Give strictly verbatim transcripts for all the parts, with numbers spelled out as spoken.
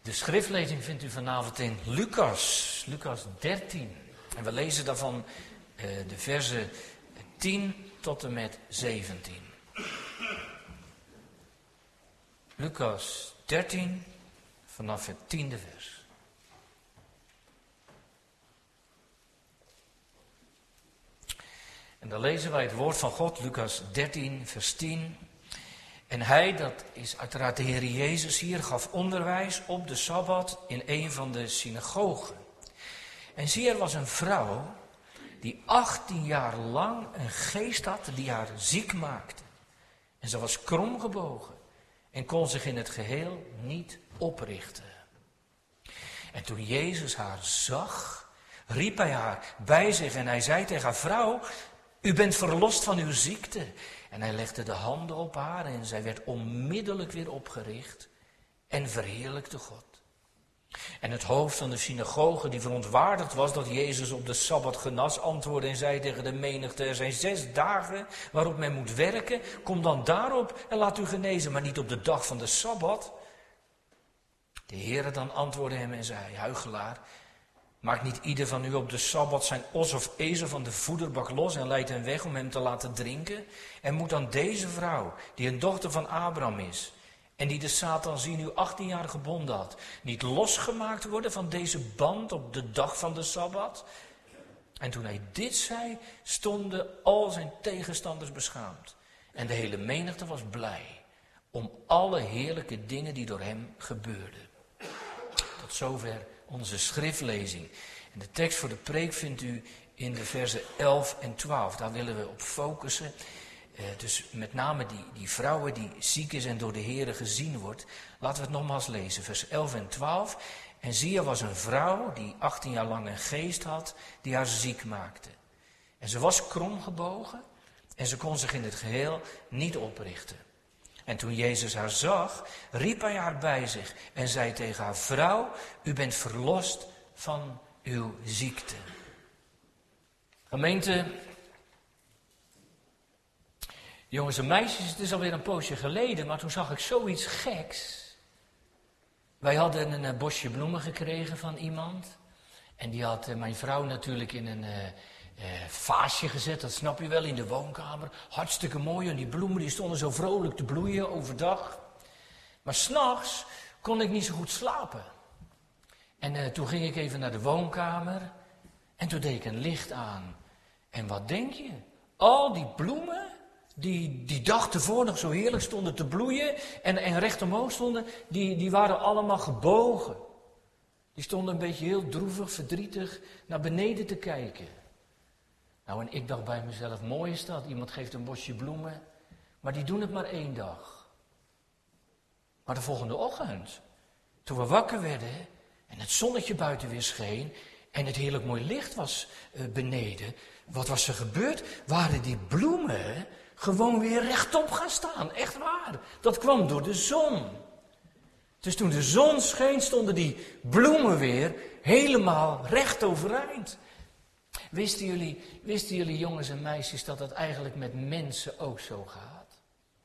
De schriftlezing vindt u vanavond in Lucas, Lucas dertien. En we lezen daarvan uh, de versen tien tot en met zeventien. Lucas dertien, vanaf het tiende vers. En dan lezen wij het woord van God, Lucas dertien, vers tien. En hij, dat is uiteraard de Heer Jezus hier, gaf onderwijs op de Sabbat in een van de synagogen. En zie, er was een vrouw die achttien jaar lang een geest had die haar ziek maakte. En ze was kromgebogen en kon zich in het geheel niet oprichten. En toen Jezus haar zag, riep hij haar bij zich en hij zei tegen haar: vrouw, u bent verlost van uw ziekte. En hij legde de handen op haar en zij werd onmiddellijk weer opgericht en verheerlijkte God. En het hoofd van de synagoge, die verontwaardigd was dat Jezus op de Sabbat genas, antwoordde en zei tegen de menigte: er zijn zes dagen waarop men moet werken, kom dan daarop en laat u genezen, maar niet op de dag van de Sabbat. De Heere dan antwoordde hem en zei: huichelaar, maakt niet ieder van u op de Sabbat zijn os of ezel van de voederbak los en leidt hem weg om hem te laten drinken? En moet dan deze vrouw, die een dochter van Abraham is en die de Satan zie nu achttien jaar gebonden had, niet losgemaakt worden van deze band op de dag van de Sabbat? En toen hij dit zei, stonden al zijn tegenstanders beschaamd. En de hele menigte was blij om alle heerlijke dingen die door hem gebeurden. Tot zover onze schriftlezing. En de tekst voor de preek vindt u in de versen elf en twaalf. Daar willen we op focussen. Uh, dus met name die, die vrouwen die ziek is en door de Heere gezien wordt. Laten we het nogmaals lezen, vers elf en twaalf. En zie, er was een vrouw die achttien jaar lang een geest had die haar ziek maakte. En ze was kromgebogen en ze kon zich in het geheel niet oprichten. En toen Jezus haar zag, riep hij haar bij zich en zei tegen haar: vrouw, u bent verlost van uw ziekte. Gemeente, jongens en meisjes, het is alweer een poosje geleden, maar toen zag ik zoiets geks. Wij hadden een uh, bosje bloemen gekregen van iemand. En die had uh, mijn vrouw natuurlijk in een uh, uh, vaasje gezet, dat snap je wel, in de woonkamer. Hartstikke mooi, en die bloemen die stonden zo vrolijk te bloeien overdag. Maar 's nachts kon ik niet zo goed slapen. En uh, toen ging ik even naar de woonkamer en toen deed ik een licht aan. En wat denk je? Al die bloemen die die dag tevoren nog zo heerlijk stonden te bloeien en, en recht omhoog stonden, die, die waren allemaal gebogen. Die stonden een beetje heel droevig, verdrietig naar beneden te kijken. Nou, en ik dacht bij mezelf, mooi is dat, iemand geeft een bosje bloemen, maar die doen het maar één dag. Maar de volgende ochtend, toen we wakker werden en het zonnetje buiten weer scheen en het heerlijk mooi licht was uh, beneden, wat was er gebeurd? Waren die bloemen gewoon weer rechtop gaan staan, echt waar. Dat kwam door de zon. Dus toen de zon scheen, stonden die bloemen weer helemaal recht overeind. Wisten jullie, wisten jullie jongens en meisjes dat dat eigenlijk met mensen ook zo gaat?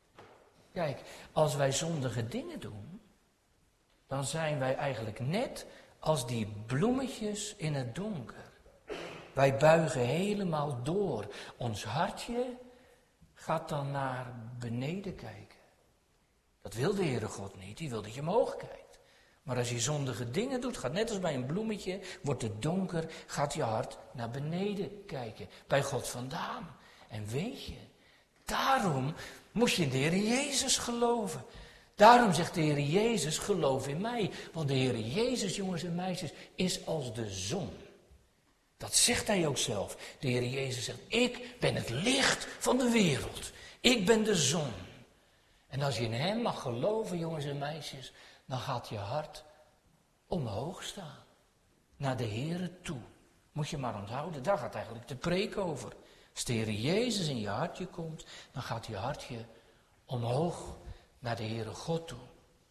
Kijk, als wij zondige dingen doen, dan zijn wij eigenlijk net als die bloemetjes in het donker. Wij buigen helemaal door. Ons hartje gaat dan naar beneden kijken. Dat wil de Heere God niet, die wil dat je omhoog kijkt. Maar als je zondige dingen doet, gaat net als bij een bloemetje, wordt het donker, gaat je hart naar beneden kijken. Bij God vandaan. En weet je, daarom moet je in de Heere Jezus geloven. Daarom zegt de Heere Jezus, geloof in mij. Want de Heere Jezus, jongens en meisjes, is als de zon. Dat zegt hij ook zelf. De Heere Jezus zegt, ik ben het licht van de wereld. Ik ben de zon. En als je in hem mag geloven, jongens en meisjes, dan gaat je hart omhoog staan. Naar de Heere toe. Moet je maar onthouden, daar gaat eigenlijk de preek over. Als de Heere Jezus in je hartje komt, dan gaat je hartje omhoog naar de Heere God toe.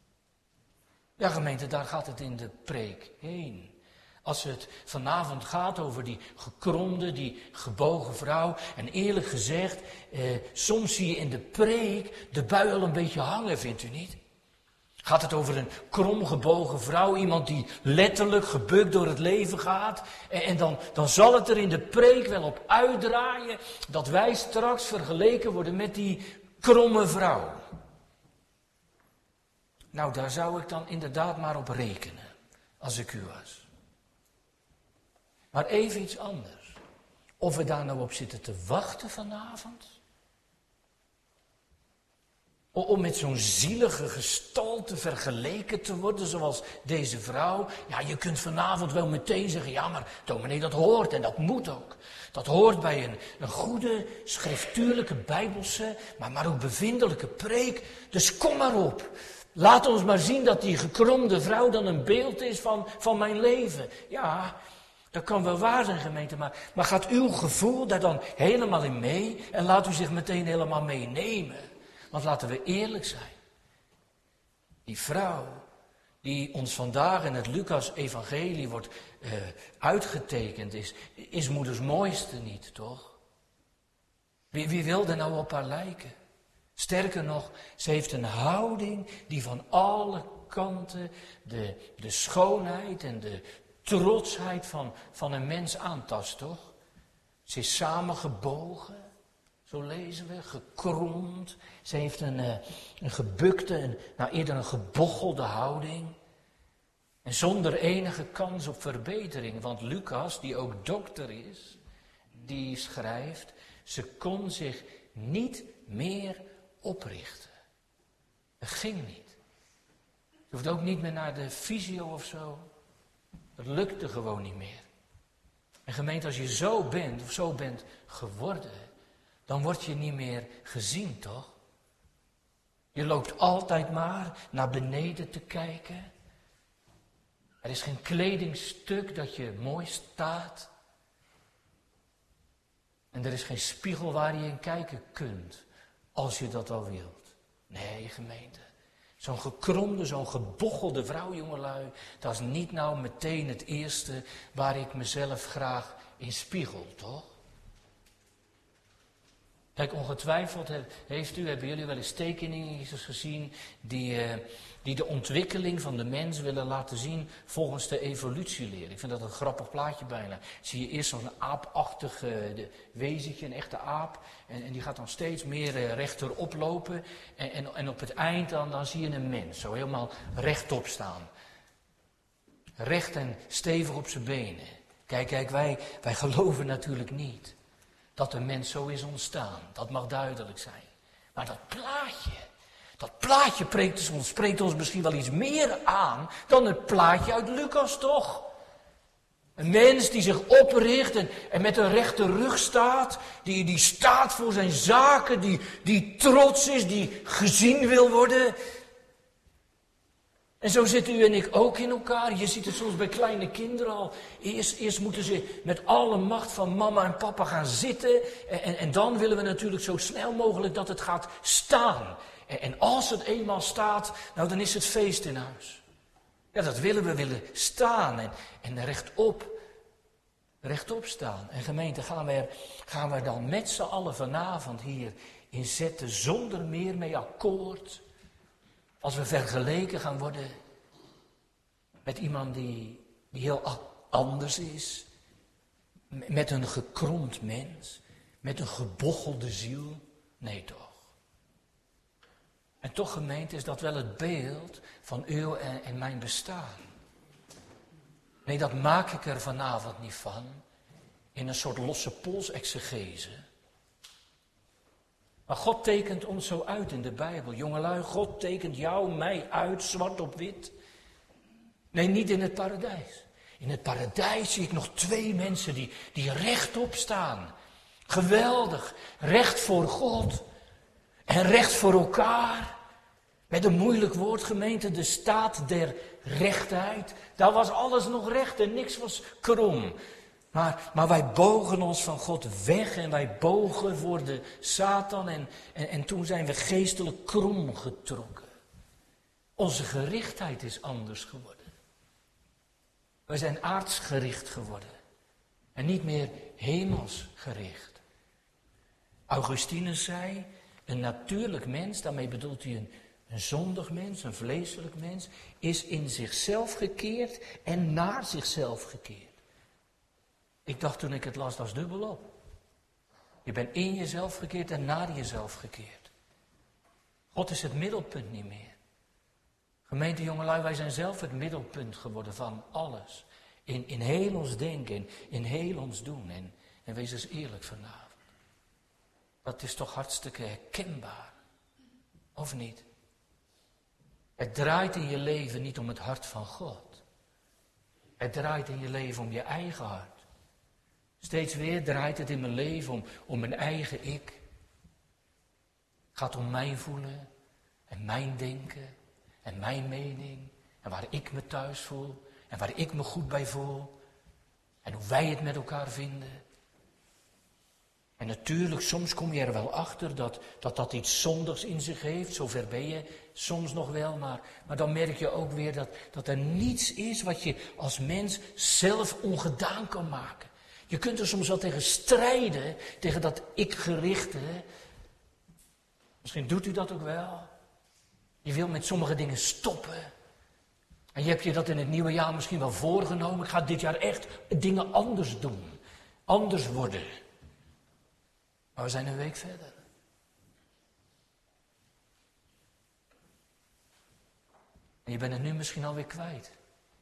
Ja, gemeente, daar gaat het in de preek heen. Als het vanavond gaat over die gekromde, die gebogen vrouw. En eerlijk gezegd, eh, soms zie je in de preek de bui al een beetje hangen, vindt u niet? Gaat het over een kromgebogen vrouw, iemand die letterlijk gebukt door het leven gaat? En, en dan, dan zal het er in de preek wel op uitdraaien dat wij straks vergeleken worden met die kromme vrouw. Nou, daar zou ik dan inderdaad maar op rekenen, als ik u was. Maar even iets anders. Of we daar nou op zitten te wachten vanavond? Om met zo'n zielige gestalte vergeleken te worden zoals deze vrouw. Ja, je kunt vanavond wel meteen zeggen, ja maar dominee, dat hoort en dat moet ook. Dat hoort bij een, een goede, schriftuurlijke, bijbelse, maar, maar ook bevindelijke preek. Dus kom maar op. Laat ons maar zien dat die gekromde vrouw dan een beeld is van, van mijn leven. Ja, dat kan wel waar zijn, gemeente, maar, maar gaat uw gevoel daar dan helemaal in mee? En laat u zich meteen helemaal meenemen. Want laten we eerlijk zijn. Die vrouw die ons vandaag in het Lucas-evangelie wordt uh, uitgetekend is, is moeders mooiste niet, toch? Wie, wie wil er nou op haar lijken? Sterker nog, ze heeft een houding die van alle kanten de, de schoonheid en de trotsheid van, van een mens aantast, toch? Ze is samengebogen. Zo lezen we, gekromd. Ze heeft een, uh, een gebukte, een, nou eerder een gebochelde houding. En zonder enige kans op verbetering. Want Lucas, die ook dokter is, die schrijft, ze kon zich niet meer oprichten. Dat ging niet. Je hoeft ook niet meer naar de fysio of zo. Dat lukte gewoon niet meer. En gemeente, als je zo bent, of zo bent geworden, dan word je niet meer gezien, toch? Je loopt altijd maar naar beneden te kijken. Er is geen kledingstuk dat je mooi staat. En er is geen spiegel waar je in kijken kunt, als je dat al wilt. Nee, gemeente. Zo'n gekromde, zo'n gebochelde vrouw, jongelui, dat is niet nou meteen het eerste waar ik mezelf graag in spiegel, toch? Kijk, ongetwijfeld heeft u, hebben jullie wel eens tekeningen gezien die, uh, die de ontwikkeling van de mens willen laten zien volgens de evolutieleer. Ik vind dat een grappig plaatje bijna. Zie je eerst zo'n aapachtig uh, wezentje, een echte aap, en, en die gaat dan steeds meer uh, rechterop lopen. En, en, en op het eind dan, dan zie je een mens, zo helemaal rechtop staan. Recht en stevig op zijn benen. Kijk, kijk, wij, wij geloven natuurlijk niet dat de mens zo is ontstaan. Dat mag duidelijk zijn. Maar dat plaatje, dat plaatje spreekt ons, spreekt ons misschien wel iets meer aan dan het plaatje uit Lucas, toch? Een mens die zich opricht en, en met een rechte rug staat, die, die staat voor zijn zaken, die, die trots is, die gezien wil worden. En zo zitten u en ik ook in elkaar. Je ziet het soms bij kleine kinderen al. Eerst, eerst moeten ze met alle macht van mama en papa gaan zitten. En, en, en dan willen we natuurlijk zo snel mogelijk dat het gaat staan. En, en als het eenmaal staat, nou dan is het feest in huis. Ja, dat willen we, willen staan en, en rechtop. Rechtop staan. En gemeente, gaan we, er, gaan we dan met z'n allen vanavond hier in zetten zonder meer mee akkoord. Als we vergeleken gaan worden met iemand die, die heel anders is, met een gekromd mens, met een gebochelde ziel. Nee toch. En toch, gemeente, is dat wel het beeld van uw en, en mijn bestaan. Nee, dat maak ik er vanavond niet van, in een soort losse pols-exegese. Maar God tekent ons zo uit in de Bijbel. Jongelui, God tekent jou, mij uit, zwart op wit. Nee, niet in het paradijs. In het paradijs zie ik nog twee mensen die, die rechtop staan. Geweldig. Recht voor God. En recht voor elkaar. Met een moeilijk woord, gemeente, de staat der rechtheid. Daar was alles nog recht en niks was krom. Maar, maar wij bogen ons van God weg en wij bogen voor de Satan en, en, en toen zijn we geestelijk krom getrokken. Onze gerichtheid is anders geworden. We zijn aardsgericht geworden en niet meer hemelsgericht. Augustinus zei, een natuurlijk mens, daarmee bedoelt hij een, Een zondig mens, een vleeselijk mens, is in zichzelf gekeerd en naar zichzelf gekeerd. Ik dacht toen ik het las, dat is dubbel op. Je bent in jezelf gekeerd en naar jezelf gekeerd. God is het middelpunt niet meer. Gemeente jongelui, wij zijn zelf het middelpunt geworden van alles. In, in heel ons denken, in, in heel ons doen. En, en wees eens eerlijk vanavond. Dat is toch hartstikke herkenbaar. Of niet? Het draait in je leven niet om het hart van God. Het draait in je leven om je eigen hart. Steeds weer draait het in mijn leven om, om mijn eigen ik. Het gaat om mijn voelen en mijn denken en mijn mening. En waar ik me thuis voel en waar ik me goed bij voel. En hoe wij het met elkaar vinden. En natuurlijk, soms kom je er wel achter dat dat, dat iets zondigs in zich heeft. Zover ben je soms nog wel. Maar, maar dan merk je ook weer dat, dat er niets is wat je als mens zelf ongedaan kan maken. Je kunt er soms wel tegen strijden, tegen dat ik-gerichte. Misschien doet u dat ook wel. Je wil met sommige dingen stoppen. En je hebt je dat in het nieuwe jaar misschien wel voorgenomen. Ik ga dit jaar echt dingen anders doen. Anders worden. Maar we zijn een week verder. En je bent het nu misschien alweer kwijt.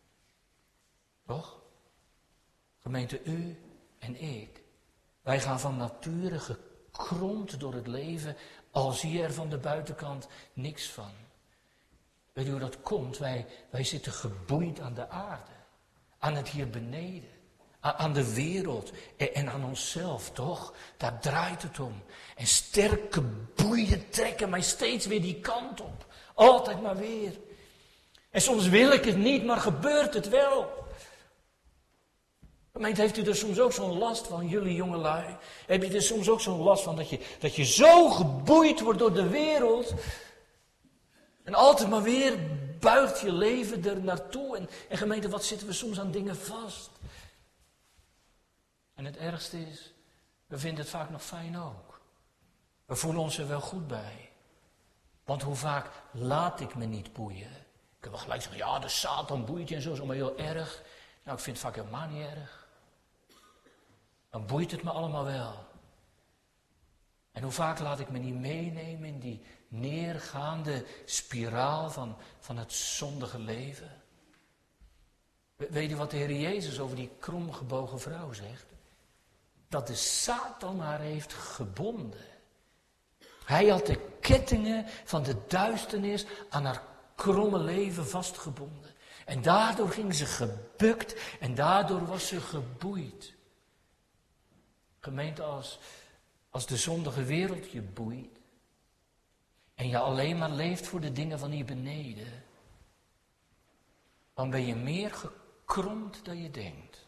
Toch? Gemeente, u en ik. Wij gaan van nature gekromd door het leven, al zie je er van de buitenkant niks van. Weet je hoe dat komt? Wij, wij zitten geboeid aan de aarde. Aan het hier beneden. Aan de wereld en aan onszelf, toch? Daar draait het om. En sterke boeien trekken mij steeds weer die kant op. Altijd maar weer. En soms wil ik het niet, maar gebeurt het wel. Gemeente, heeft u er soms ook zo'n last van, jullie jongelui? Heb je er soms ook zo'n last van dat je, dat je zo geboeid wordt door de wereld? En altijd maar weer buigt je leven er naartoe. En, en gemeente, wat zitten we soms aan dingen vast? En het ergste is, we vinden het vaak nog fijn ook. We voelen ons er wel goed bij. Want hoe vaak laat ik me niet boeien? Ik kan wel gelijk zeggen, ja, de Satan boeit je en zo, is allemaal heel erg. Nou, ik vind het vaak helemaal niet erg. Dan boeit het me allemaal wel. En hoe vaak laat ik me niet meenemen in die neergaande spiraal van, van het zondige leven? Weet je wat de Heer Jezus over die kromgebogen vrouw zegt? Dat de Satan haar heeft gebonden. Hij had de kettingen van de duisternis aan haar kromme leven vastgebonden. En daardoor ging ze gebukt en daardoor was ze geboeid. Gemeente, als, als de zondige wereld je boeit en je alleen maar leeft voor de dingen van hier beneden, dan ben je meer gekromd dan je denkt.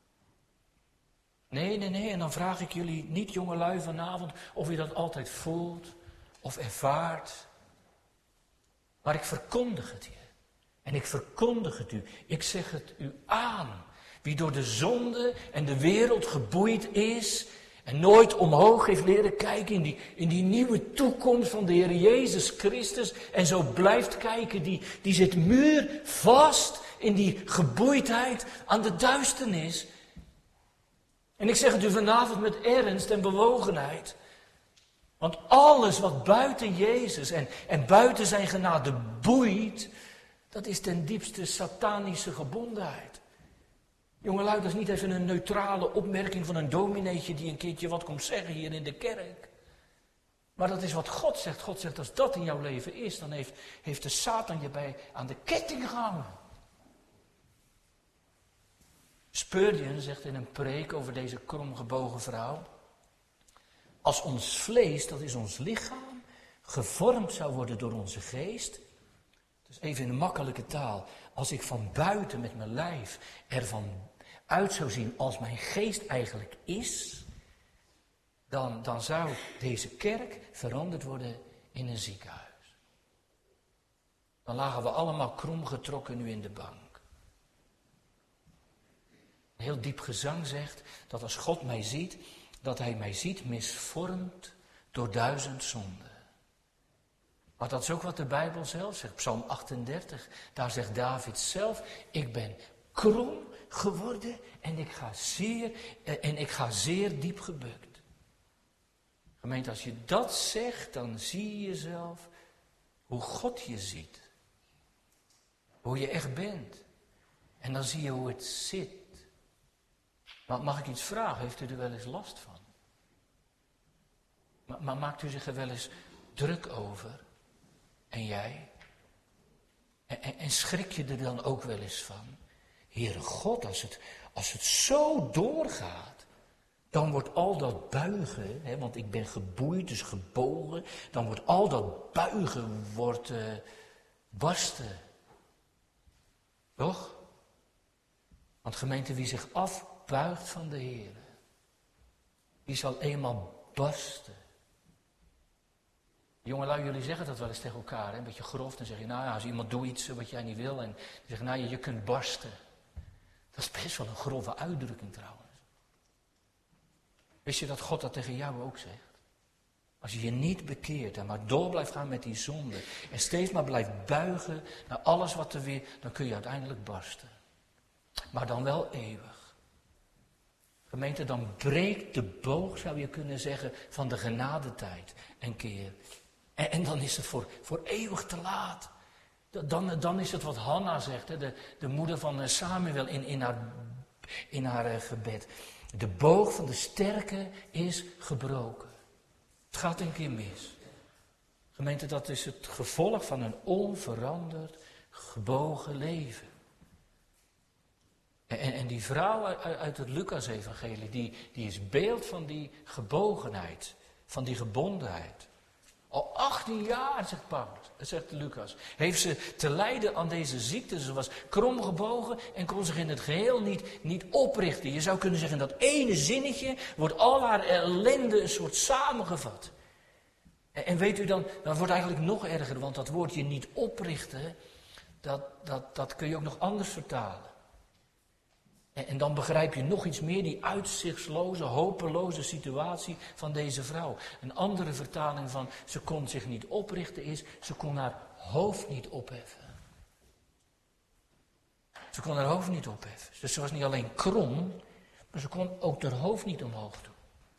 Nee, nee, nee, en dan vraag ik jullie niet, jongelui, vanavond of je dat altijd voelt of ervaart. Maar ik verkondig het je. En ik verkondig het u. Ik zeg het u aan. Wie door de zonde en de wereld geboeid is en nooit omhoog heeft leren kijken in die, in die nieuwe toekomst van de Heer Jezus Christus en zo blijft kijken, die, die zit muurvast in die geboeidheid aan de duisternis. En ik zeg het u vanavond met ernst en bewogenheid. Want alles wat buiten Jezus en, en buiten zijn genade boeit, dat is ten diepste satanische gebondenheid. Jongelui, dat is niet even een neutrale opmerking van een domineetje die een keertje wat komt zeggen hier in de kerk. Maar dat is wat God zegt. God zegt, als dat in jouw leven is, dan heeft, heeft de Satan je bij aan de ketting gehangen. Spurgeon zegt in een preek over deze kromgebogen vrouw: als ons vlees, dat is ons lichaam, gevormd zou worden door onze geest. Dus even in een makkelijke taal. Als ik van buiten met mijn lijf ervan uit zou zien als mijn geest eigenlijk is, dan, dan zou deze kerk veranderd worden in een ziekenhuis. Dan lagen we allemaal kromgetrokken nu in de bank. Een heel diep gezang zegt dat als God mij ziet, dat hij mij ziet misvormd door duizend zonden. Maar dat is ook wat de Bijbel zelf zegt. Psalm achtendertig, daar zegt David zelf, ik ben krom geworden en ik ga zeer, en ik ga zeer diep gebukt. Gemeente, als je dat zegt, dan zie je zelf hoe God je ziet. Hoe je echt bent. En dan zie je hoe het zit. Maar mag ik iets vragen? Heeft u er wel eens last van? Maar, maar maakt u zich er wel eens druk over? En jij? En, en, en schrik je er dan ook wel eens van? Heere God, als het, als het zo doorgaat, dan wordt al dat buigen, hè, want ik ben geboeid, dus gebogen, dan wordt al dat buigen, wordt uh, barsten. Toch? Want gemeente, wie zich afbuigt van de Heer, die zal eenmaal barsten. Jongelui, jullie zeggen dat wel eens tegen elkaar, hè? Een beetje grof. Dan zeg je, nou ja, als iemand doet iets wat jij niet wil, en dan zeg je, nou je, je kunt barsten. Dat is best wel een grove uitdrukking trouwens. Wist je dat God dat tegen jou ook zegt? Als je je niet bekeert en maar door blijft gaan met die zonde en steeds maar blijft buigen naar alles wat er weer, dan kun je uiteindelijk barsten. Maar dan wel eeuwig. Gemeente, dan breekt de boog, zou je kunnen zeggen, van de genadetijd een keer. En, en dan is het voor, voor eeuwig te laat. Dan, dan is het wat Hanna zegt, hè, de, de moeder van Samuel in, in haar, in haar uh, gebed. De boog van de sterke is gebroken. Het gaat een keer mis. Gemeente, dat is het gevolg van een onveranderd, gebogen leven. En, en die vrouw uit, uit het Lucas-evangelie, die, die is beeld van die gebogenheid, van die gebondenheid. Al achttien jaar, zegt Paulus, zegt Lucas, heeft ze te lijden aan deze ziekte. Ze was kromgebogen en kon zich in het geheel niet, niet oprichten. Je zou kunnen zeggen, in dat ene zinnetje wordt al haar ellende een soort samengevat. En, en weet u dan, dat wordt eigenlijk nog erger, want dat woordje niet oprichten, dat, dat, dat kun je ook nog anders vertalen. En, en dan begrijp je nog iets meer die uitzichtsloze, hopeloze situatie van deze vrouw. Een andere vertaling van ze kon zich niet oprichten is, ze kon haar hoofd niet opheffen. Ze kon haar hoofd niet opheffen. Dus ze was niet alleen krom, maar ze kon ook haar hoofd niet omhoog doen.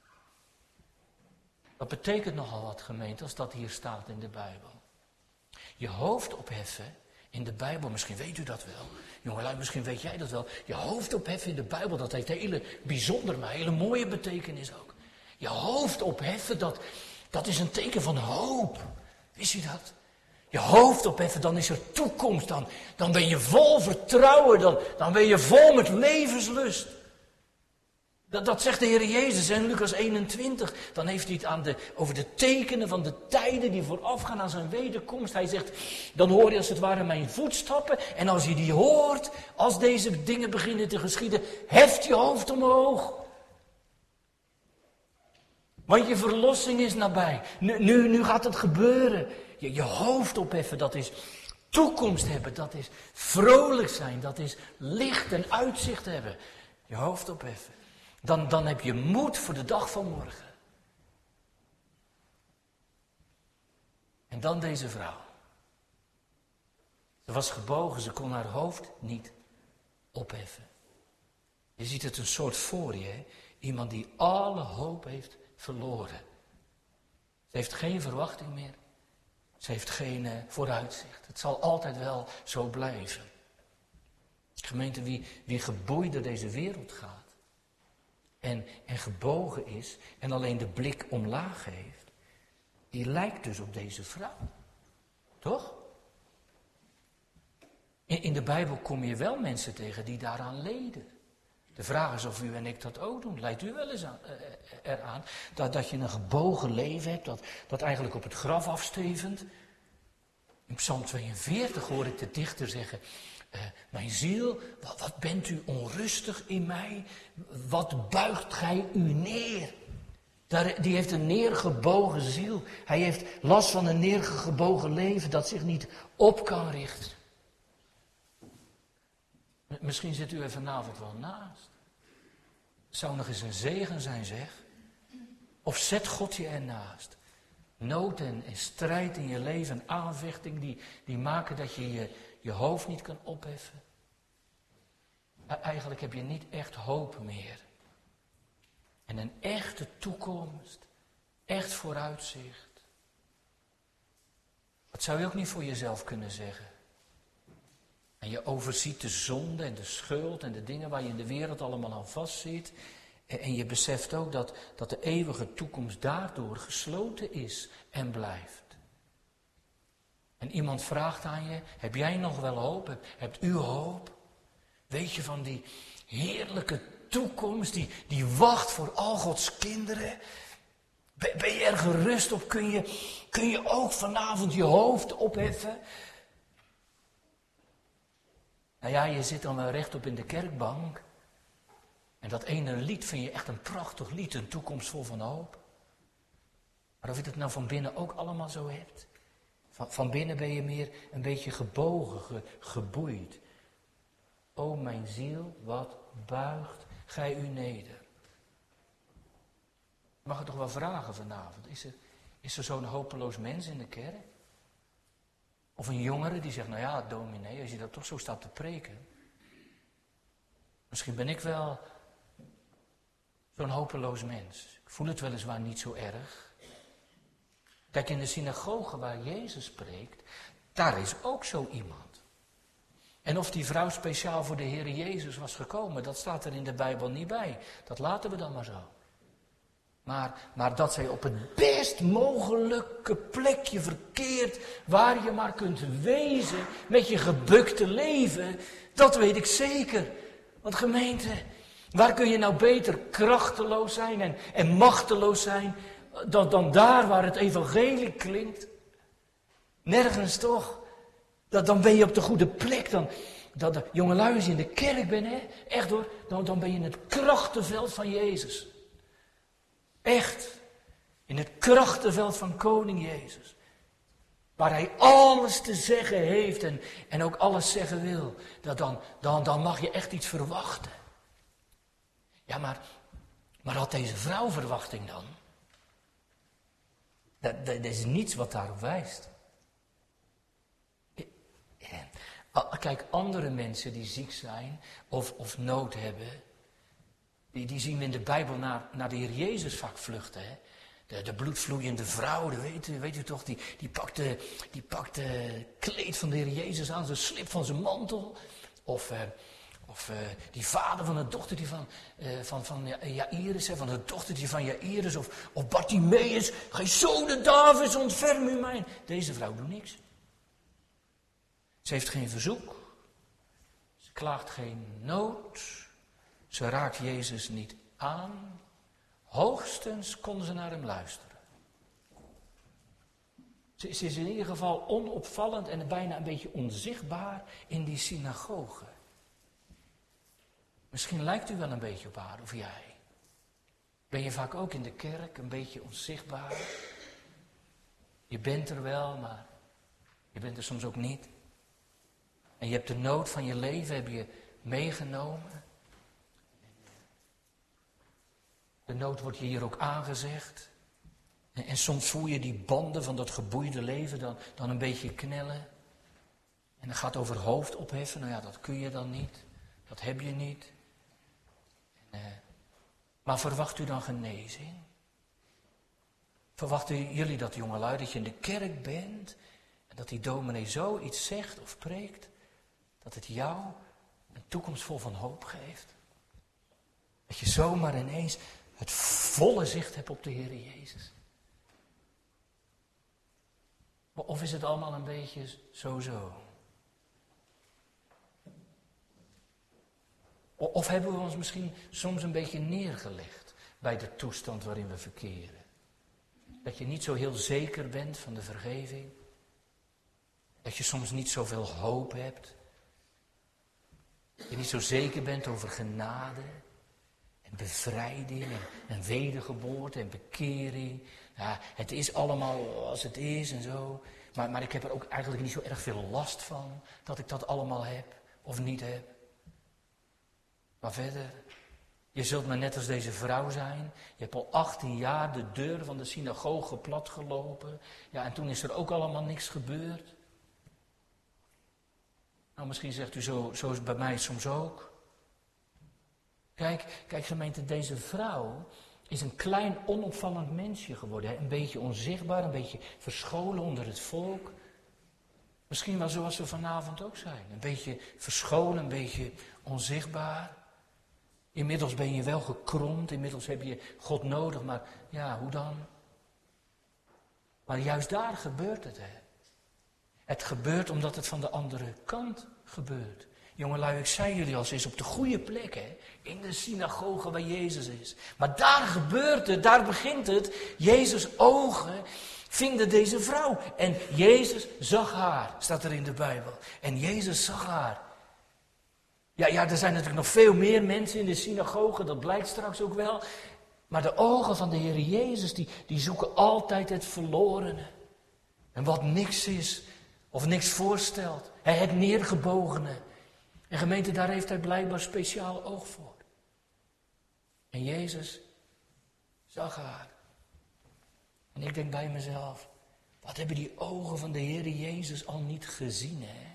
Dat betekent nogal wat, gemeente, als dat hier staat in de Bijbel. Je hoofd opheffen in de Bijbel, misschien weet u dat wel. Jongelui, misschien weet jij dat wel. Je hoofd opheffen in de Bijbel, dat heeft een hele bijzondere, maar hele mooie betekenis ook. Je hoofd opheffen, dat, dat is een teken van hoop. Wist u dat? Je hoofd opheffen, dan is er toekomst. Dan, dan ben je vol vertrouwen, dan, dan ben je vol met levenslust. Dat, dat zegt de Heer Jezus in Lucas eenentwintig. Dan heeft hij het aan de, over de tekenen van de tijden die voorafgaan aan zijn wederkomst. Hij zegt, dan hoor je als het ware mijn voetstappen. En als je die hoort, als deze dingen beginnen te geschieden, heft je hoofd omhoog. Want je verlossing is nabij. Nu, nu, nu gaat het gebeuren. Je, je hoofd opheffen, dat is toekomst hebben. Dat is vrolijk zijn. Dat is licht en uitzicht hebben. Je hoofd opheffen. Dan, dan heb je moed voor de dag van morgen. En dan deze vrouw. Ze was gebogen, ze kon haar hoofd niet opheffen. Je ziet het een soort voor je, hè? Iemand die alle hoop heeft verloren. Ze heeft geen verwachting meer. Ze heeft geen uh, vooruitzicht. Het zal altijd wel zo blijven. Gemeente, wie, wie geboeid door deze wereld gaat. En, en gebogen is en alleen de blik omlaag heeft, die lijkt dus op deze vrouw. Toch? In, in de Bijbel kom je wel mensen tegen die daaraan leden. De vraag is of u en ik dat ook doen. Lijkt u wel eens aan, uh, eraan dat, dat je een gebogen leven hebt, dat, dat eigenlijk op het graf afstevend. In Psalm tweeënveertig hoor ik de dichter zeggen, Uh, mijn ziel, wat, wat bent u onrustig in mij? Wat buigt gij u neer? Daar, die heeft een neergebogen ziel. Hij heeft last van een neergebogen leven dat zich niet op kan richten. Misschien zit u er vanavond wel naast. Het zou nog eens een zegen zijn, zeg. Of zet God je ernaast. Nood en, en strijd in je leven en aanvechting die, die maken dat je, je je hoofd niet kan opheffen. Eigenlijk heb je niet echt hoop meer. En een echte toekomst, echt vooruitzicht. Dat zou je ook niet voor jezelf kunnen zeggen. En je overziet de zonde en de schuld en de dingen waar je in de wereld allemaal aan vastzit. En je beseft ook dat, dat de eeuwige toekomst daardoor gesloten is en blijft. En iemand vraagt aan je, heb jij nog wel hoop? Heb, hebt u hoop? Weet je van die heerlijke toekomst die, die wacht voor al Gods kinderen? Ben, ben je er gerust op? Kun je, kun je ook vanavond je hoofd opheffen? Nou ja, je zit dan wel rechtop in de kerkbank. En dat ene lied vind je echt een prachtig lied, een toekomst vol van hoop. Maar of je het nou van binnen ook allemaal zo hebt? Van, van binnen ben je meer een beetje gebogen, ge, geboeid. O mijn ziel, wat buigt gij u neder. Mag ik toch wel vragen vanavond, is er, is er zo'n hopeloos mens in de kerk? Of een jongere die zegt, nou ja, dominee, als je dat toch zo staat te preken. Misschien ben ik wel zo'n hopeloos mens. Ik voel het weliswaar niet zo erg. Kijk, in de synagoge waar Jezus spreekt, daar is ook zo iemand. En of die vrouw speciaal voor de Heer Jezus was gekomen, dat staat er in de Bijbel niet bij. Dat laten we dan maar zo. Maar, maar dat zij op het best mogelijke plekje verkeert, waar je maar kunt wezen met je gebukte leven, dat weet ik zeker. Want gemeente, waar kun je nou beter krachteloos zijn en, en machteloos zijn dan, dan daar waar het evangelie klinkt? Nergens toch? Dat, dan ben je op de goede plek. Dan, dat de jongelui als je in de kerk bent, hè? Echt hoor, dan, dan ben je in het krachtenveld van Jezus. Echt. In het krachtenveld van koning Jezus. Waar hij alles te zeggen heeft en, en ook alles zeggen wil. Dat dan, dan, dan mag je echt iets verwachten. Ja, maar, maar had deze vrouw verwachting dan? Dat, dat is niets wat daarop wijst. Kijk, andere mensen die ziek zijn of, of nood hebben, die, die zien we in de Bijbel naar, naar de Heer Jezus vaak vluchten. Hè? De, de bloedvloeiende vrouw, de, weet, u, weet u toch, die, die pakte die pakt het kleed van de Heer Jezus aan, zijn slip van zijn mantel. Of, uh, of uh, die vader van het dochtertje van, uh, van, van Jairus, hè, van het dochtertje van Jairus. Of, of Bartimaeus, gij zoon Davids, ontferm u mij. Deze vrouw doet niks. Ze heeft geen verzoek. Ze klaagt geen nood. Ze raakt Jezus niet aan. Hoogstens kon ze naar hem luisteren. Ze, ze is in ieder geval onopvallend en bijna een beetje onzichtbaar in die synagoge. Misschien lijkt u wel een beetje op haar, of jij. Ben je vaak ook in de kerk een beetje onzichtbaar? Je bent er wel, maar je bent er soms ook niet. En je hebt de nood van je leven heb je meegenomen. De nood wordt je hier ook aangezegd. En, en soms voel je die banden van dat geboeide leven dan, dan een beetje knellen. En dan gaat het over hoofd opheffen. Nou ja, dat kun je dan niet. Dat heb je niet. En, eh, maar verwacht u dan genezing? Verwachten jullie dat, jongelui, dat je in de kerk bent en dat die dominee zoiets zegt of preekt, dat het jou een toekomst vol van hoop geeft? Dat je zomaar ineens het volle zicht hebt op de Heer Jezus? Of is het allemaal een beetje zo-zo? Of hebben we ons misschien soms een beetje neergelegd bij de toestand waarin we verkeren? Dat je niet zo heel zeker bent van de vergeving. Dat je soms niet zoveel hoop hebt. Dat je niet zo zeker bent over genade en bevrijding en, en wedergeboorte en bekering. Ja, het is allemaal als het is en zo. Maar, maar ik heb er ook eigenlijk niet zo erg veel last van dat ik dat allemaal heb of niet heb. Maar verder, Je zult maar net als deze vrouw zijn. Je hebt al achttien jaar de deur van de synagoge platgelopen. Ja, en toen is er ook allemaal niks gebeurd. Nou, misschien zegt u, zo, zo is het bij mij soms ook. Kijk, kijk gemeente, deze vrouw is een klein onopvallend mensje geworden. Hè? Een beetje onzichtbaar, een beetje verscholen onder het volk. Misschien wel zoals we vanavond ook zijn. Een beetje verscholen, een beetje onzichtbaar. Inmiddels ben je wel gekromd, inmiddels heb je God nodig, maar ja, hoe dan? Maar juist daar gebeurt het, hè. Het gebeurt omdat het van de andere kant gebeurt. Jongelui, ik zei jullie al, ze is op de goede plek, hè. In de synagoge waar Jezus is. Maar daar gebeurt het, daar begint het. Jezus' ogen vingen deze vrouw. En Jezus zag haar, staat er in de Bijbel. En Jezus zag haar. Ja, ja, er zijn natuurlijk nog veel meer mensen in de synagoge, dat blijkt straks ook wel. Maar de ogen van de Heer Jezus, die, die zoeken altijd het verlorene. En wat niks is, of niks voorstelt. Het neergebogene. En gemeente, daar heeft hij blijkbaar speciaal oog voor. En Jezus zag haar. En ik denk bij mezelf, wat hebben die ogen van de Heer Jezus al niet gezien, hè?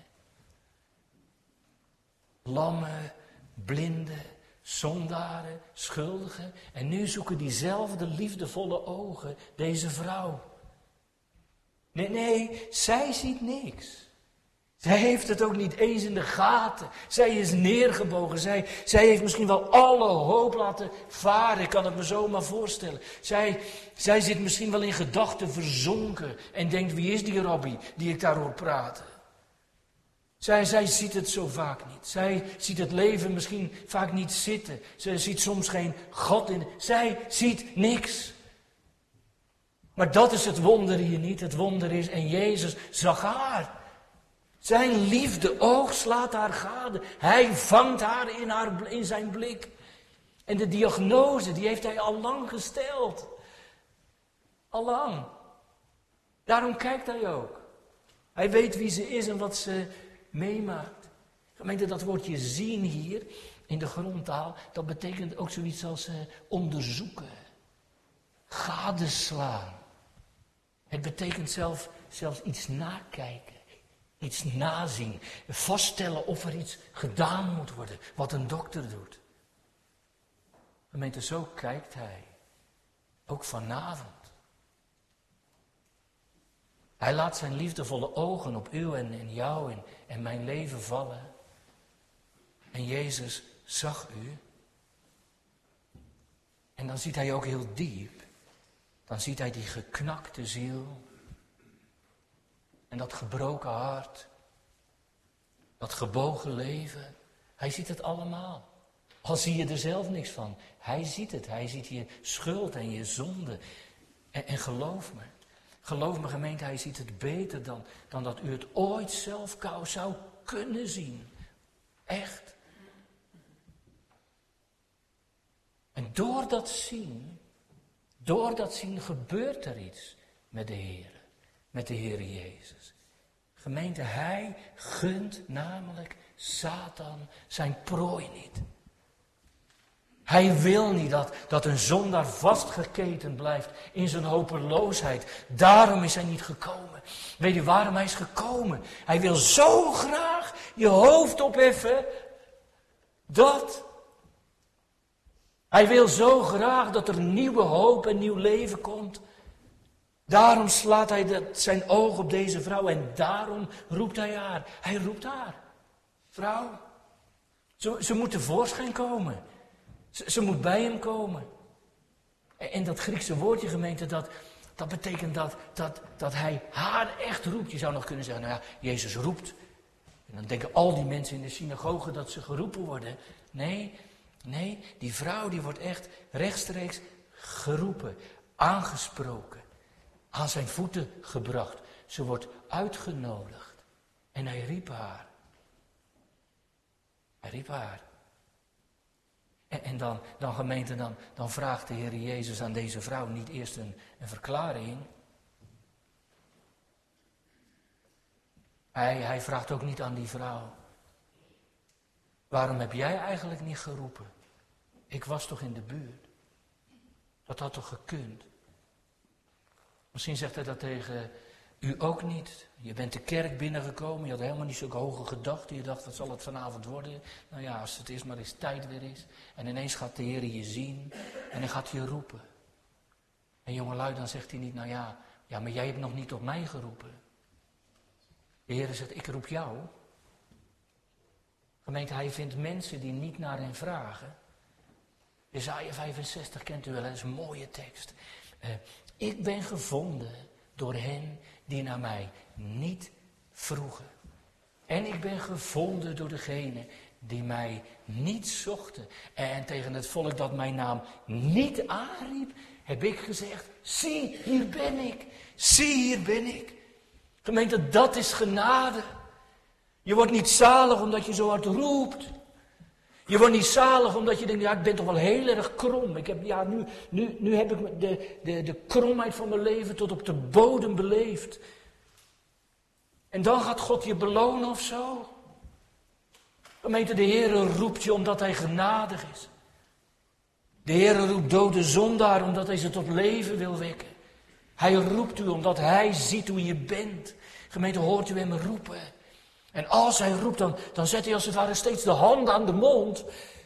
Lammen, blinden, zondaren, schuldigen. En nu zoeken diezelfde liefdevolle ogen deze vrouw. Nee, nee, zij ziet niks. Zij heeft het ook niet eens in de gaten. Zij is neergebogen. Zij, zij heeft misschien wel alle hoop laten varen. Ik kan het me zomaar voorstellen. Zij, zij zit misschien wel in gedachten verzonken. En denkt, wie is die rabbi die ik daar hoor praten? Zij, zij ziet het zo vaak niet. Zij ziet het leven misschien vaak niet zitten. Zij ziet soms geen God in. Zij ziet niks. Maar dat is het wonder hier niet. Het wonder is, en Jezus zag haar. Zijn liefde oog slaat haar gade. Hij vangt haar in, haar in zijn blik. En de diagnose, die heeft hij al lang gesteld. Al lang. Daarom kijkt hij ook. Hij weet wie ze is en wat ze meemaakt. Gemeente, dat woordje zien hier in de grondtaal, dat betekent ook zoiets als uh, onderzoeken. Gadeslaan. Het betekent zelf, zelfs iets nakijken. Iets nazien. Vaststellen of er iets gedaan moet worden. Wat een dokter doet. Gemeente, zo kijkt hij. Ook vanavond. Hij laat zijn liefdevolle ogen op u en, en jou en, en mijn leven vallen. En Jezus zag u. En dan ziet hij ook heel diep. Dan ziet hij die geknakte ziel. En dat gebroken hart. Dat gebogen leven. Hij ziet het allemaal. Al zie je er zelf niks van. Hij ziet het. Hij ziet je schuld en je zonde. En, en geloof me. Geloof me gemeente, hij ziet het beter dan, dan dat u het ooit zelf zou kunnen zien. Echt. En door dat zien, door dat zien gebeurt er iets met de Heer. Met de Heer Jezus. Gemeente, hij gunt namelijk Satan zijn prooi niet. Hij wil niet dat, dat een zondaar vastgeketend blijft in zijn hopeloosheid. Daarom is hij niet gekomen. Weet je waarom hij is gekomen? Hij wil zo graag je hoofd opheffen. Dat. Hij wil zo graag dat er nieuwe hoop en nieuw leven komt. Daarom slaat hij de, zijn oog op deze vrouw en daarom roept hij haar. Hij roept haar. Vrouw, ze, ze moet tevoorschijn komen. Ze, ze moet bij hem komen. En, en dat Griekse woordje gemeente, dat, dat betekent dat, dat, dat hij haar echt roept. Je zou nog kunnen zeggen, nou ja, Jezus roept. En dan denken al die mensen in de synagoge dat ze geroepen worden. Nee, nee, die vrouw die wordt echt rechtstreeks geroepen, aangesproken, aan zijn voeten gebracht. Ze wordt uitgenodigd. En hij riep haar. Hij riep haar. En, en dan, dan gemeente, dan, dan vraagt de Heer Jezus aan deze vrouw niet eerst een, een verklaring. Hij, hij vraagt ook niet aan die vrouw. Waarom heb jij eigenlijk niet geroepen? Ik was toch in de buurt. Dat had toch gekund? Misschien zegt hij dat tegen u ook niet. Je bent de kerk binnengekomen, je had helemaal niet zulke hoge gedachten. Je dacht, wat zal het vanavond worden? Nou ja, als het is, maar eens tijd weer is. En ineens gaat de Heer je zien en hij gaat je roepen. En jongelui, dan zegt hij niet, nou ja, ja, maar jij hebt nog niet tot mij geroepen. De Heer zegt, ik roep jou. Gemeente, hij vindt mensen die niet naar hem vragen. Jesaja vijfenzestig kent u wel, dat is een mooie tekst. Uh, ik ben gevonden door hen die naar mij niet vroegen. En ik ben gevonden door degenen die mij niet zochten. En tegen het volk dat mijn naam niet aanriep, heb ik gezegd, zie, hier ben ik. Zie, hier ben ik. Gemeente, dat is genade. Je wordt niet zalig omdat je zo hard roept. Je wordt niet zalig omdat je denkt, ja, ik ben toch wel heel erg krom. Ik heb, ja, nu, nu, nu heb ik de, de, de kromheid van mijn leven tot op de bodem beleefd. En dan gaat God je belonen of zo. Gemeente, de Heere roept je omdat hij genadig is. De Heere roept dode zondaar omdat hij ze tot leven wil wekken. Hij roept u omdat hij ziet hoe je bent. Gemeente, hoort u hem roepen. En als hij roept, dan, dan zet hij als het ware steeds de hand aan de mond.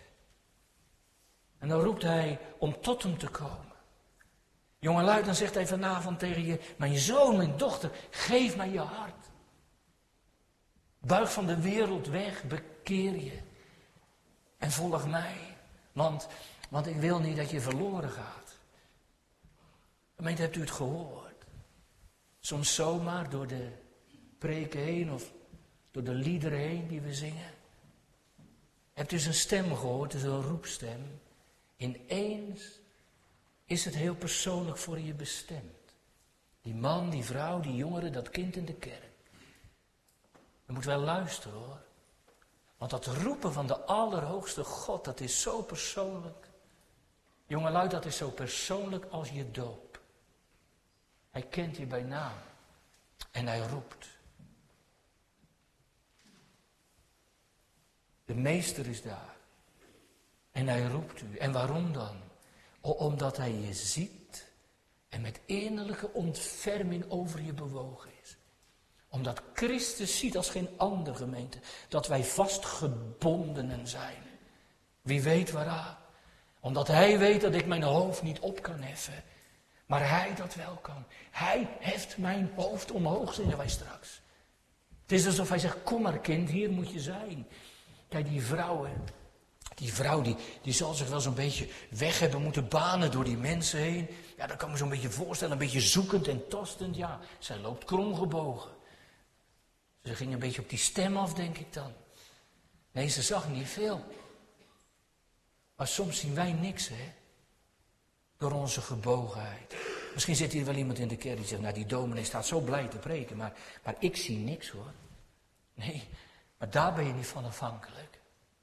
En dan roept hij om tot hem te komen. Jongelui, dan zegt hij vanavond tegen je, mijn zoon, mijn dochter, geef mij je hart. Buig van de wereld weg, bekeer je. En volg mij. Want, want ik wil niet dat je verloren gaat. Gemeente, hebt u het gehoord? Soms zomaar door de preken heen of door de liederen heen die we zingen. Hebt u zijn stem gehoord, het is een roepstem. Ineens is het heel persoonlijk voor je bestemd. Die man, die vrouw, die jongere, dat kind in de kerk. Je moet wel luisteren hoor. Want dat roepen van de Allerhoogste God, dat is zo persoonlijk. Jongelui, dat is zo persoonlijk als je doop. Hij kent je bij naam. En hij roept. De meester is daar. En hij roept u. En waarom dan? Omdat hij je ziet en met innerlijke ontferming over je bewogen is. Omdat Christus ziet als geen andere gemeente dat wij vastgebondenen zijn. Wie weet waaraan. Omdat hij weet dat ik mijn hoofd niet op kan heffen. Maar hij dat wel kan. Hij heft mijn hoofd omhoog, zingen wij straks. Het is alsof hij zegt, kom maar kind, hier moet je zijn. Kijk, die vrouwen, die vrouw die, die zal zich wel zo'n beetje weg hebben moeten banen door die mensen heen. Ja, dat kan me zo'n beetje voorstellen, een beetje zoekend en tastend. Ja, zij loopt kromgebogen. Ze ging een beetje op die stem af, denk ik dan. Nee, ze zag niet veel. Maar soms zien wij niks, hè. Door onze gebogenheid. Misschien zit hier wel iemand in de kerk die zegt, nou die dominee staat zo blij te preken, maar, maar ik zie niks hoor. Nee, maar daar ben je niet van afhankelijk.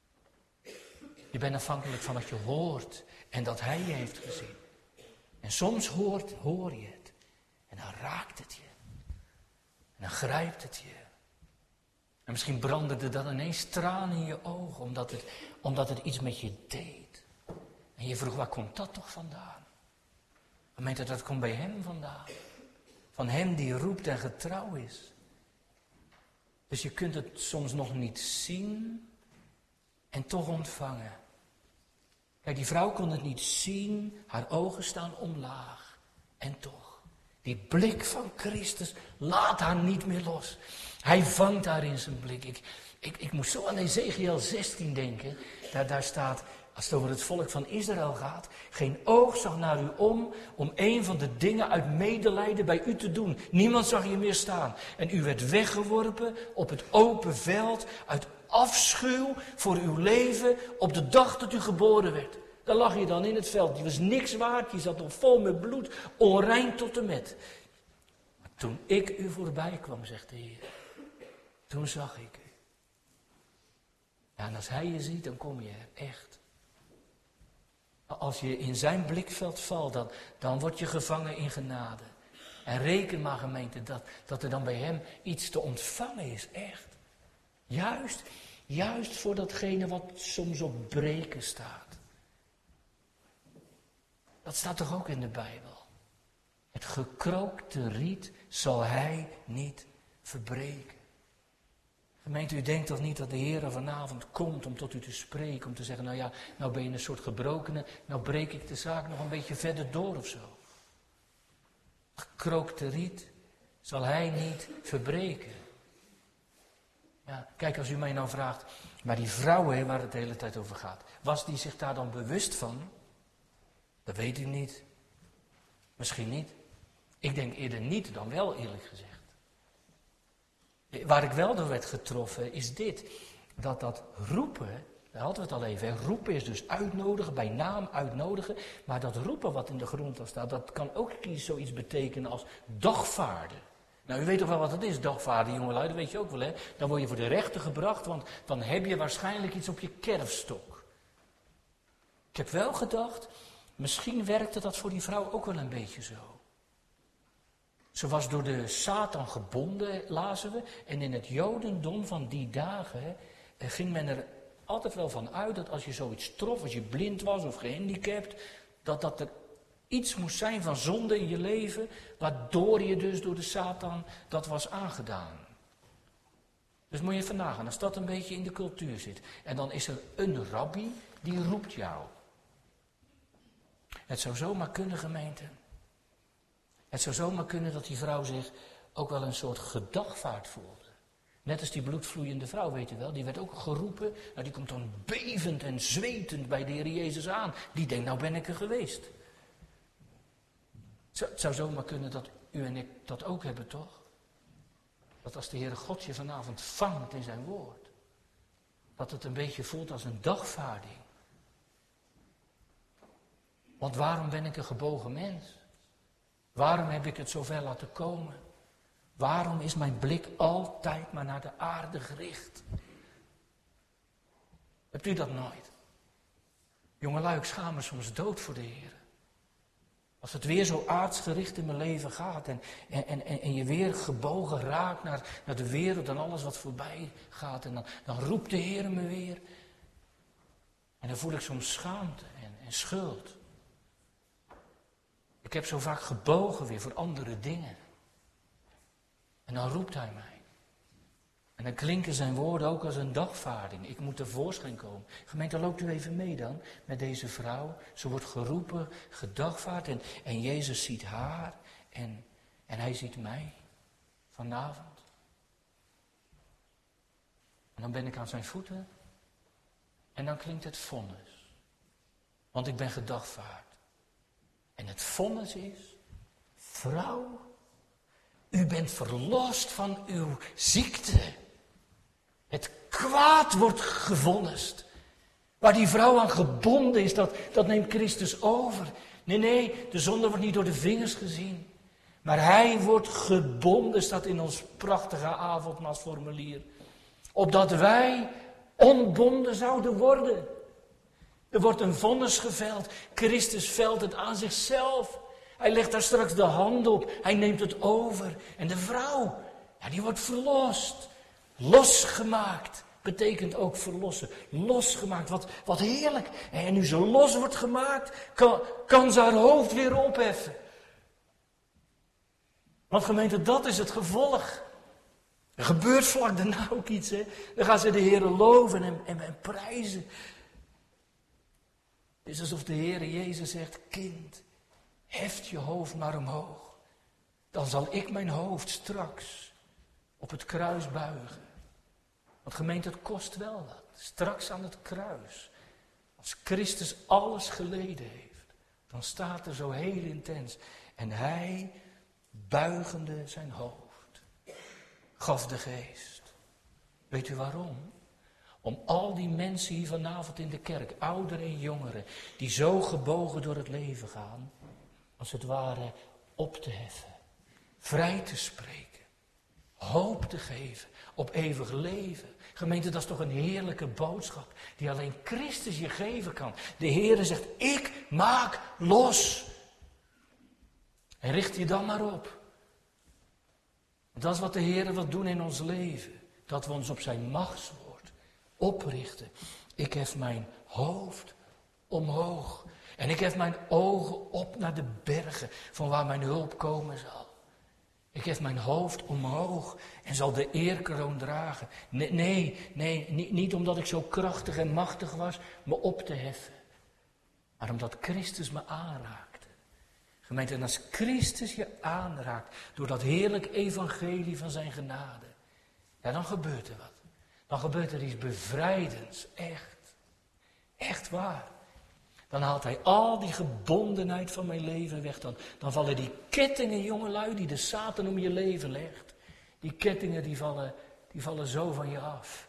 Je bent afhankelijk van wat je hoort en dat hij je heeft gezien. En soms hoort, hoor je het en dan raakt het je. En dan grijpt het je. En misschien brandde er dan ineens tranen in je ogen, omdat het, omdat het iets met je deed. En je vroeg, waar komt dat toch vandaan? Gemeente, dat komt bij hem vandaan. Van hem die roept en getrouw is. Dus je kunt het soms nog niet zien en toch ontvangen. Kijk, die vrouw kon het niet zien, haar ogen staan omlaag. En toch, die blik van Christus laat haar niet meer los. Hij vangt haar in zijn blik. Ik, ik, ik moest zo aan Ezekiel zestien denken. Daar, daar staat, als het over het volk van Israël gaat, geen oog zag naar u om, om een van de dingen uit medelijden bij u te doen. Niemand zag je meer staan. En u werd weggeworpen op het open veld, uit afschuw voor uw leven, op de dag dat u geboren werd. Daar lag je dan in het veld. Je was niks waard, je zat nog vol met bloed, onrein tot en met. Maar toen ik u voorbij kwam, zegt de Heer, toen zag ik u. Ja, en als hij je ziet, dan kom je er echt. Als je in zijn blikveld valt, dan, dan word je gevangen in genade. En reken maar, gemeente, dat, dat er dan bij hem iets te ontvangen is, echt. Juist, juist voor datgene wat soms op breken staat. Dat staat toch ook in de Bijbel? Het gekrookte riet zal hij niet verbreken. Gemeente, u denkt toch niet dat de Heer vanavond komt om tot u te spreken, om te zeggen, nou ja, nou ben je een soort gebrokene, nou breek ik de zaak nog een beetje verder door of zo. Gekrookte riet zal hij niet verbreken. Ja, kijk, als u mij nou vraagt, maar die vrouw hè, waar het de hele tijd over gaat, was die zich daar dan bewust van? Dat weet u niet. Misschien niet. Ik denk eerder niet dan wel, eerlijk gezegd. Waar ik wel door werd getroffen is dit. Dat dat roepen, daar hadden we het al even. Hè. Roepen is dus uitnodigen, bij naam uitnodigen. Maar dat roepen wat in de grond al staat, dat kan ook zoiets betekenen als dagvaarden. Nou, u weet toch wel wat het is, dagvaarden, jongelui, dat weet je ook wel, hè. Dan word je voor de rechter gebracht, want dan heb je waarschijnlijk iets op je kerfstok. Ik heb wel gedacht, misschien werkte dat voor die vrouw ook wel een beetje zo. Ze was door de Satan gebonden, lazen we. En in het Jodendom van die dagen hè, ging men er altijd wel van uit dat als je zoiets trof, als je blind was of gehandicapt, dat dat er iets moest zijn van zonde in je leven, waardoor je dus door de Satan dat was aangedaan. Dus moet je even nagaan, als dat een beetje in de cultuur zit. En dan is er een rabbi die roept jou. Het zou zomaar kunnen, gemeente. Het zou zomaar kunnen dat die vrouw zich ook wel een soort gedagvaard voelde. Net als die bloedvloeiende vrouw, weet u wel, die werd ook geroepen. Nou, die komt dan bevend en zwetend bij de Heer Jezus aan. Die denkt, nou ben ik er geweest. Het zou zomaar kunnen dat u en ik dat ook hebben, toch? Dat als de Heere God je vanavond vangt in zijn woord, dat het een beetje voelt als een dagvaarding. Want waarom ben ik een gebogen mens? Waarom heb ik het zo ver laten komen? Waarom is mijn blik altijd maar naar de aarde gericht? Hebt u dat nooit? Jongelui, ik schaam me soms dood voor de Heer. Als het weer zo aardsgericht in mijn leven gaat en, en, en, en je weer gebogen raakt naar, naar de wereld en alles wat voorbij gaat. En dan, dan roept de Heer me weer. En dan voel ik soms schaamte en, en schuld. Ik heb zo vaak gebogen weer voor andere dingen. En dan roept hij mij. En dan klinken zijn woorden ook als een dagvaarding. Ik moet tevoorschijn komen. Gemeente, loopt u even mee dan met deze vrouw. Ze wordt geroepen, gedagvaard en, en Jezus ziet haar en, en hij ziet mij vanavond. En dan ben ik aan zijn voeten en dan klinkt het vonnis. Want ik ben gedagvaard. En het vonnis is, vrouw, u bent verlost van uw ziekte. Het kwaad wordt gevonnist. Waar die vrouw aan gebonden is, dat, dat neemt Christus over. Nee, nee, de zonde wordt niet door de vingers gezien. Maar hij wordt gebonden, staat in ons prachtige avondmaalsformulier. Opdat wij ontbonden zouden worden. Er wordt een vonnis geveld. Christus velt het aan zichzelf. Hij legt daar straks de hand op. Hij neemt het over. En de vrouw, ja, die wordt verlost. Losgemaakt. Betekent ook verlossen. Losgemaakt. Wat, wat heerlijk. En nu ze los wordt gemaakt, kan, kan ze haar hoofd weer opheffen. Want gemeente, dat is het gevolg. Er gebeurt vlak daarna ook iets. Hè? Dan gaan ze de Heer loven en, en, en prijzen. Het is alsof de Heer Jezus zegt, kind, heft je hoofd maar omhoog. Dan zal ik mijn hoofd straks op het kruis buigen. Want gemeente, het kost wel wat. Straks aan het kruis. Als Christus alles geleden heeft, dan staat er zo heel intens. En hij, buigende zijn hoofd, gaf de geest. Weet u waarom? Om al die mensen hier vanavond in de kerk, ouderen en jongeren, die zo gebogen door het leven gaan, als het ware op te heffen, vrij te spreken, hoop te geven op eeuwig leven. Gemeente, dat is toch een heerlijke boodschap die alleen Christus je geven kan. De Heere zegt, ik maak los. En richt je dan maar op. Dat is wat de Heere wil doen in ons leven. Dat we ons op zijn machtswoord oprichten. Ik hef mijn hoofd omhoog. En ik hef mijn ogen op naar de bergen, van waar mijn hulp komen zal. Ik hef mijn hoofd omhoog en zal de eerkroon dragen. Nee, nee, nee niet, niet omdat ik zo krachtig en machtig was, me op te heffen. Maar omdat Christus me aanraakte. Gemeente, en als Christus je aanraakt door dat heerlijk evangelie van zijn genade. Ja, dan gebeurt er wat. Dan gebeurt er iets bevrijdends, echt. Echt waar. Dan haalt hij al die gebondenheid van mijn leven weg. Dan, dan vallen die kettingen, jongelui, die de Satan om je leven legt. Die kettingen die vallen, die vallen zo van je af.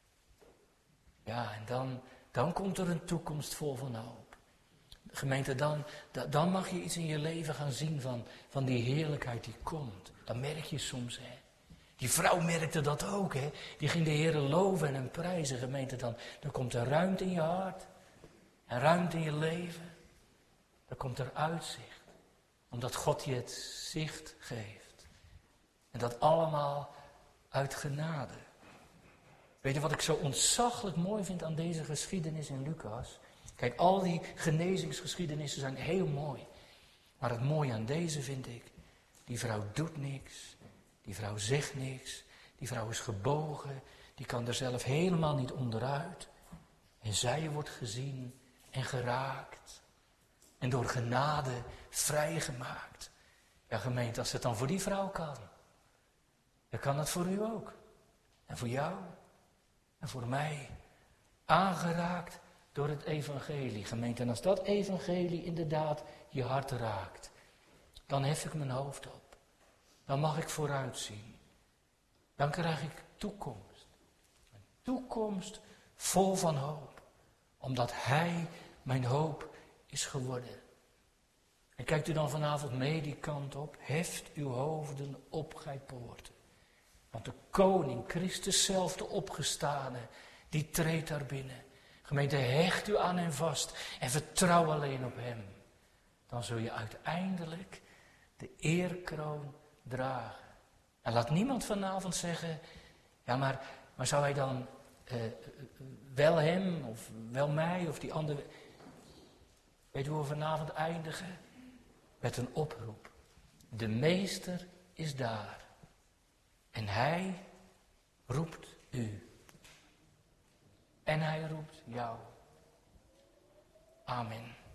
Ja, en dan, dan komt er een toekomst vol van hoop. Gemeente, dan, dan mag je iets in je leven gaan zien van, van die heerlijkheid die komt. Dat merk je soms, hè. Die vrouw merkte dat ook, hè. Die ging de Heere loven en hem prijzen, gemeente. Dan, dan komt er ruimte in je hart. En ruimte in je leven. Dan komt er uitzicht. Omdat God je het zicht geeft. En dat allemaal uit genade. Weet je wat ik zo ontzaglijk mooi vind aan deze geschiedenis in Lucas? Kijk, al die genezingsgeschiedenissen zijn heel mooi. Maar het mooie aan deze vind ik, die vrouw doet niks. Die vrouw zegt niks. Die vrouw is gebogen. Die kan er zelf helemaal niet onderuit. En zij wordt gezien en geraakt. En door genade vrijgemaakt. Ja, gemeente, als het dan voor die vrouw kan. Dan kan het voor u ook. En voor jou. En voor mij. Aangeraakt door het evangelie, gemeente. En als dat evangelie inderdaad je hart raakt. Dan hef ik mijn hoofd op. Dan mag ik vooruitzien. Dan krijg ik toekomst. Een toekomst vol van hoop. Omdat Hij mijn hoop is geworden. En kijkt u dan vanavond mee die kant op. Heft uw hoofden op, gij poorten. Want de koning, Christus zelf, de opgestane, die treedt daar binnen. Gemeente, hecht u aan hem vast en vertrouw alleen op hem. Dan zul je uiteindelijk de eerkroon dragen. En laat niemand vanavond zeggen, ja maar, maar zou hij dan uh, uh, wel hem of wel mij of die andere... Weet u hoe we vanavond eindigen? Met een oproep. De meester is daar. En hij roept u. En hij roept jou. Amen.